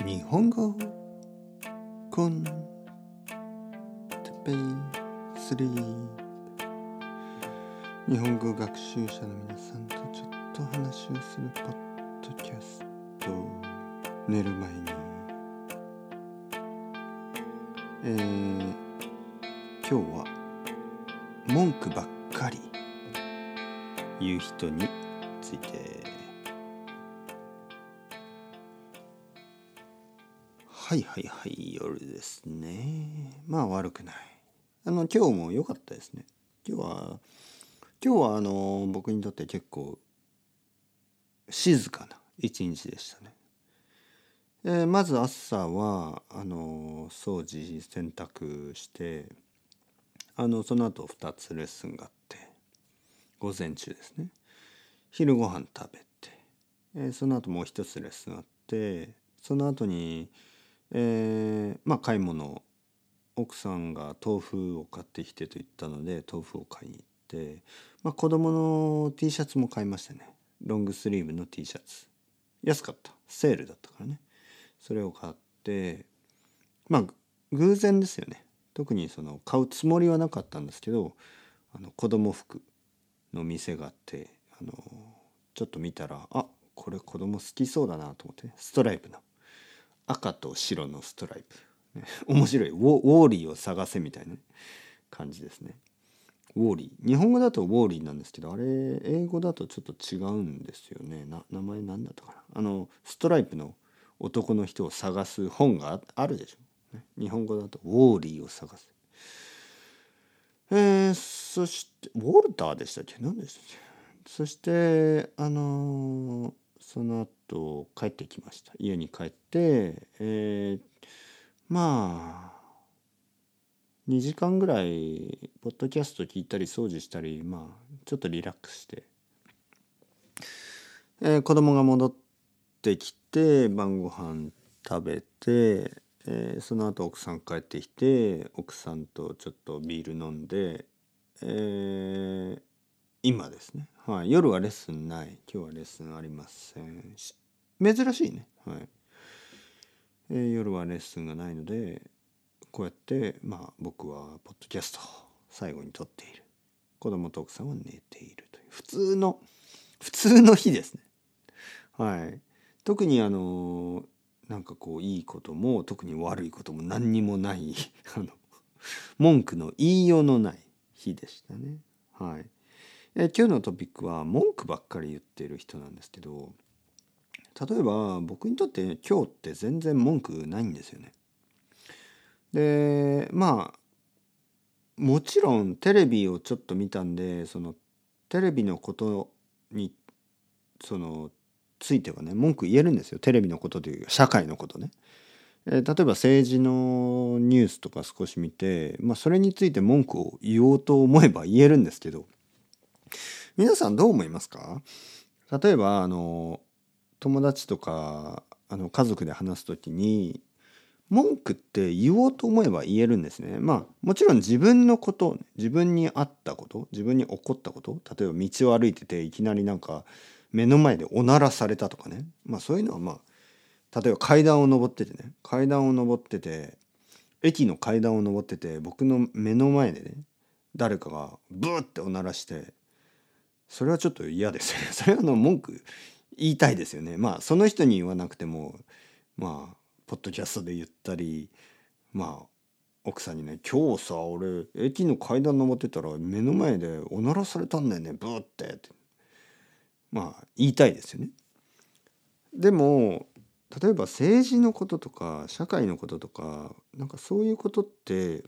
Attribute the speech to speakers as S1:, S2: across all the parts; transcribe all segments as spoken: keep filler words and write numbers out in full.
S1: 日本語コンテペイスリー日本語学習者の皆さんとちょっと話をするポッドキャスト。寝る前にえー、今日は文句ばっかり言う人について。はいはいはい、夜ですね。まあ悪くない。あの今日も良かったですね。今日は今日はあの僕にとって結構静かな一日でしたね。えー、まず朝はあの掃除洗濯して、あのその後ふたつレッスンがあって、午前中ですね。昼ご飯食べて、えー、その後もう一つレッスンあって、その後にえー、まあ買い物、奥さんが豆腐を買ってきてと言ったので豆腐を買いに行って、まあ、子供の T シャツも買いましたね。ロングスリーブの T シャツ安かった、セールだったからね。それを買って、まあ偶然ですよね。特にその買うつもりはなかったんですけど、あの子供服の店があって、あのちょっと見たら、あ、これ子供好きそうだなと思って、ね、ストライプの赤と白のストライプ、ね、面白い。ウォ、ウォーリーを探せみたいな感じですね。ウォーリー、日本語だとウォーリーなんですけど、あれ英語だとちょっと違うんですよね。な名前なんだったかな。あのストライプの男の人を探す本があるでしょ、ね、日本語だとウォーリーを探す。えー、そしてウォルターでしたっけ、何でしたっけ。そしてあのーその後帰ってきました。家に帰って、えー、まあにじかんぐらいポッドキャスト聞いたり掃除したり、まあちょっとリラックスして、えー、子供が戻ってきて晩ご飯食べて、えー、その後奥さん帰ってきて奥さんとちょっとビール飲んで、えー、今ですね、はい、夜はレッスンない。今日はレッスンありません。珍しいね。はい、えー、夜はレッスンがないので、こうやってまあ僕はポッドキャストを最後に撮っている。子供と奥さんは寝ているという普通の普通の日ですね。はい。特にあのなんかこういいことも特に悪いことも何にもないあの文句の言いようのない日でしたね。はい。え今日のトピックは文句ばっかり言ってる人なんですけど、例えば僕にとって今日って全然文句ないんですよね。でまあもちろんテレビをちょっと見たんで、そのテレビのことにそのついてはね文句言えるんですよ。テレビのことというか社会のことね。えー例えば政治のニュースとか少し見て、まあそれについて文句を言おうと思えば言えるんですけど、皆さんどう思いますか？例えばあの友達とかあの家族で話すときに文句って言おうと思えば言えるんですね。まあもちろん自分のこと、自分にあったこと、自分に起こったこと、例えば道を歩いてていきなりなんか目の前でおならされたとかね、まあそういうのはまあ例えば階段を登っててね、階段を登ってて駅の階段を登ってて僕の目の前でね誰かがブーっておならして、それはちょっと嫌ですよね。それはあの文句言いたいですよね。まあその人に言わなくてもまあポッドキャストで言ったり、まあ奥さんにね、今日さ俺駅の階段登ってたら目の前でおならされたんだよねブーってってまあ言いたいですよね。でも例えば政治のこととか社会のこととかなんかそういうことって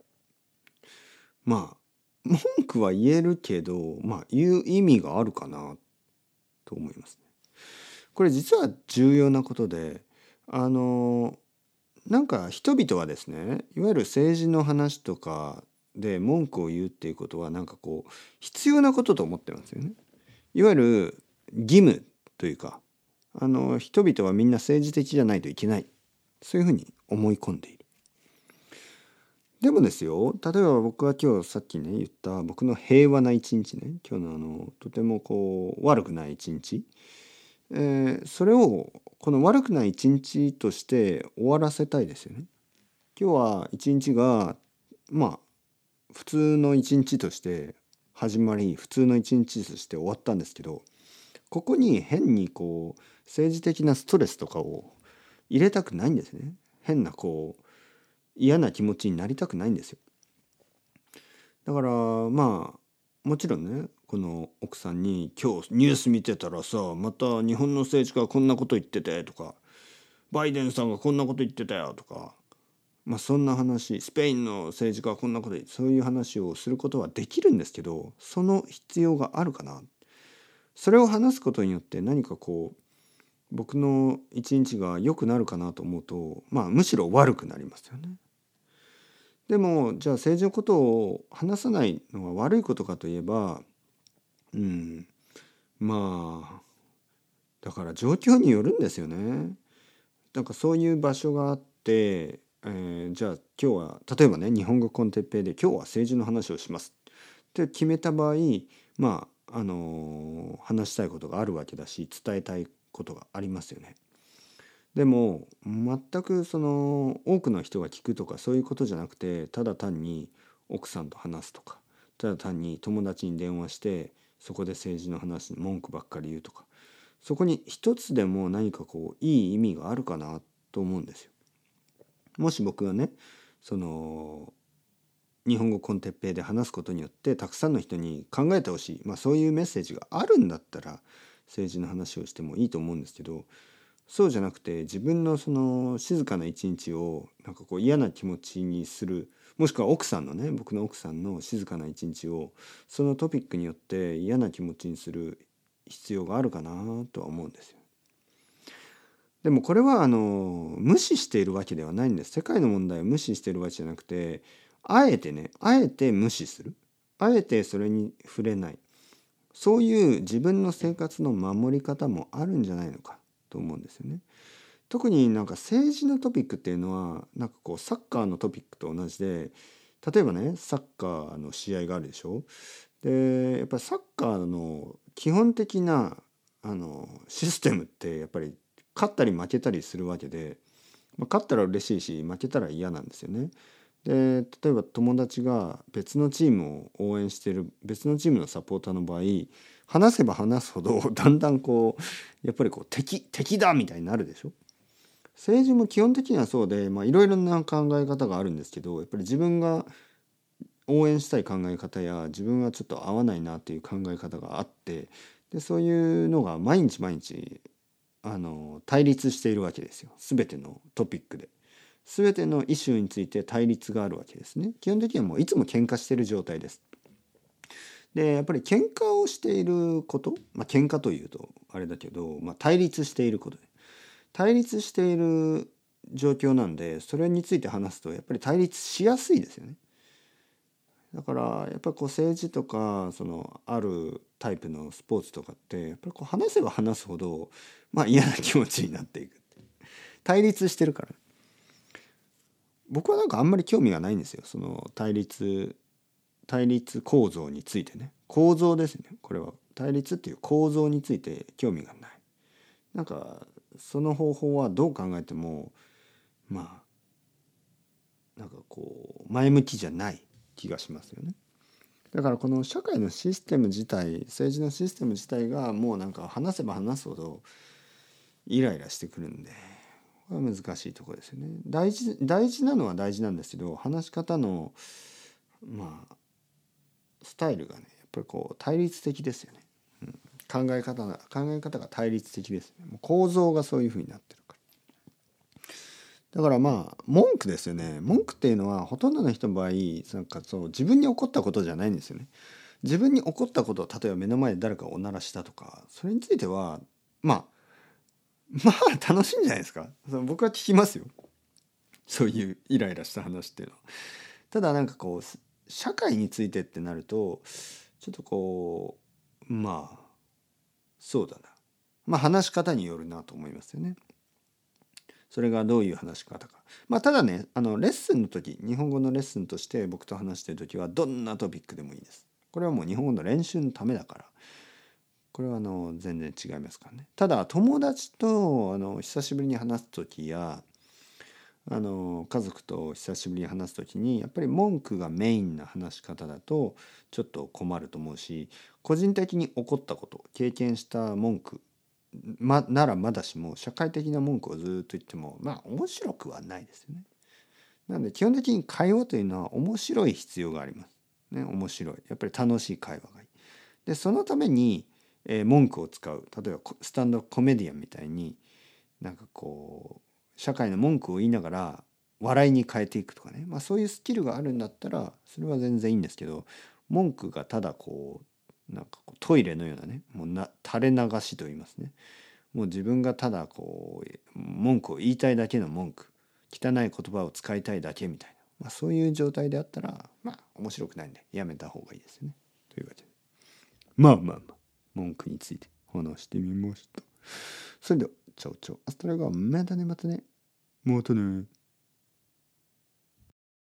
S1: まあ文句は言えるけど、まあ言う意味があるかなと思いますね。これ実は重要なことで、あのなんか人々はですね、いわゆる政治の話とかで文句を言うっていうことはなんかこう必要なことと思ってますよね。いわゆる義務というか、あの人々はみんな政治的じゃないといけない、そういうふうに思い込んでいる。でもですよ、例えば僕は今日さっきね言った僕の平和な一日ね、今日のあのとてもこう悪くない一日、えーそれをこの悪くない一日として終わらせたいですよね。今日は一日がまあ普通の一日として始まり、普通の一日として終わったんですけど、ここに変にこう政治的なストレスとかを入れたくないんですね。変なこう嫌な気持ちになりたくないんですよ。だからまあもちろんね、この奥さんに今日ニュース見てたらさ、また日本の政治家がこんなこと言っててとか、バイデンさんがこんなこと言ってたよとか、まあそんな話、スペインの政治家はこんなこと言って、そういう話をすることはできるんですけど、その必要があるかな。それを話すことによって何かこう僕の一日が良くなるかなと思うと、まあむしろ悪くなりますよね。でもじゃあ政治のことを話さないのが悪いことかといえば、うんまあだから状況によるんですよね。なんかそういう場所があって、えーじゃあ今日は例えばね、日本語コンテッペイで今日は政治の話をしますって決めた場合、まああのー話したいことがあるわけだし、伝えたいことがありますよね。でも全くその多くの人が聞くとかそういうことじゃなくて、ただ単に奥さんと話すとか、ただ単に友達に電話してそこで政治の話に文句ばっかり言うとか、そこに一つでも何かこういい意味があるかなと思うんですよ。もし僕がね、その日本語コンテッペイで話すことによってたくさんの人に考えてほしい、まあ、そういうメッセージがあるんだったら政治の話をしてもいいと思うんですけど、そうじゃなくて自分のその静かな一日をなんかこう嫌な気持ちにする、もしくは奥さんのね、僕の奥さんの静かな一日をそのトピックによって嫌な気持ちにする必要があるかなとは思うんですよ。でもこれはあの無視しているわけではないんです。世界の問題を無視しているわけじゃなくて、あえてね、あえて無視する、あえてそれに触れない、そういう自分の生活の守り方もあるんじゃないのかと思うんですよね。特になんか政治のトピックっていうのはなんかこうサッカーのトピックと同じで、例えばねサッカーの試合があるでしょ。でやっぱりサッカーの基本的なあのシステムってやっぱり勝ったり負けたりするわけで、まあ、勝ったら嬉しいし負けたら嫌なんですよね。で例えば友達が別のチームを応援している別のチームのサポーターの場合、話せば話すほどだんだんこうやっぱりこう敵敵だみたいになるでしょ。政治も基本的にはそうで、まあ、いろいろな考え方があるんですけど、やっぱり自分が応援したい考え方や自分はちょっと合わないなっていう考え方があって、でそういうのが毎日毎日あの対立しているわけですよ。全てのトピックで全てのイシューについて対立があるわけですね。基本的にはもういつも喧嘩している状態です。でやっぱり喧嘩をしていること、まあ喧嘩というとあれだけど、まあ、対立していることで対立している状況なんで、それについて話すとやっぱり対立しやすいですよね。だからやっぱりこう政治とかそのあるタイプのスポーツとかってやっぱりこう話せば話すほどまあ嫌な気持ちになっていく。対立してるから。僕はなんかあんまり興味がないんですよ。その対立対立構造についてね。構造ですね。これは対立っていう構造について興味がない。なんかその方法はどう考えてもまあなんかこう前向きじゃない気がしますよね。だからこの社会のシステム自体、政治のシステム自体がもうなんか話せば話すほどイライラしてくるんで、これは難しいところですよね。大事大事なのは大事なんですけど、話し方のまあスタイルがねやっぱりこう対立的ですよね。うん、考え方が考え方が対立的ですね。もう構造がそういうふうになってるから。だからまあ文句ですよね。文句っていうのはほとんどの人の場合なんかそう自分に起こったことじゃないんですよね。自分に起こったことを例えば目の前で誰かをおならしたとか、それについてはまあまあ楽しいんじゃないですか。その僕は聞きますよ。そういうイライラした話っていうのは。ただなんかこう社会についてってなるとちょっとこうまあそうだな。まあ話し方によるなと思いますよね。それがどういう話し方か。まあただね、あのレッスンの時、日本語のレッスンとして僕と話してる時はどんなトピックでもいいです。これはもう日本語の練習のためだから。 これはあの全然違いますからね。ただ友達とあの久しぶりに話す時やあの家族と久しぶりに話す時にやっぱり文句がメインな話し方だとちょっと困ると思うし、個人的に起こったこと経験した文句、ま、ならまだしも社会的な文句をずっと言ってもまあ面白くはないですよね。なので基本的に会話というのは面白い必要があります。ね、面白い。やっぱり楽しい会話がいい。でそのために、えー文句を使う。例えばスタンドコメディアンみたいになんかこう社会の文句を言いながら笑いに変えていくとかね、まあ、そういうスキルがあるんだったらそれは全然いいんですけど、文句がただこうなんかこうトイレのようなね、もうな垂れ流しと言いますね。もう自分がただこう文句を言いたいだけの文句、汚い言葉を使いたいだけみたいな、まあ、そういう状態であったらまあ面白くないんでやめた方がいいですよね。というわけでまあまあまあ文句について話してみました。それではチャオチャオアストラゴまたねまたねまたね。